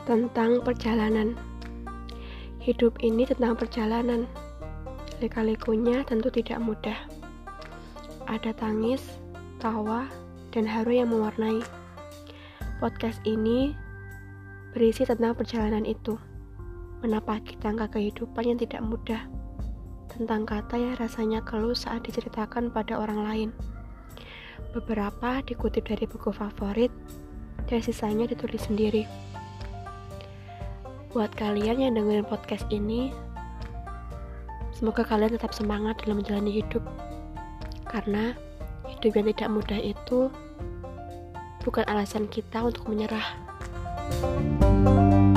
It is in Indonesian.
tentang perjalanan. Hidup ini tentang perjalanan. Lika-likunya tentu tidak mudah. Ada tangis, tawa, dan haru yang mewarnai. Podcast ini berisi tentang perjalanan itu. Menapaki tangga kehidupan yang tidak mudah. Tentang kata yang rasanya keluh saat diceritakan pada orang lain. Beberapa dikutip dari buku favorit, dan sisanya ditulis sendiri. Buat kalian yang dengerin podcast ini, semoga kalian tetap semangat dalam menjalani hidup. Karena hidup yang tidak mudah itu bukan alasan kita untuk menyerah.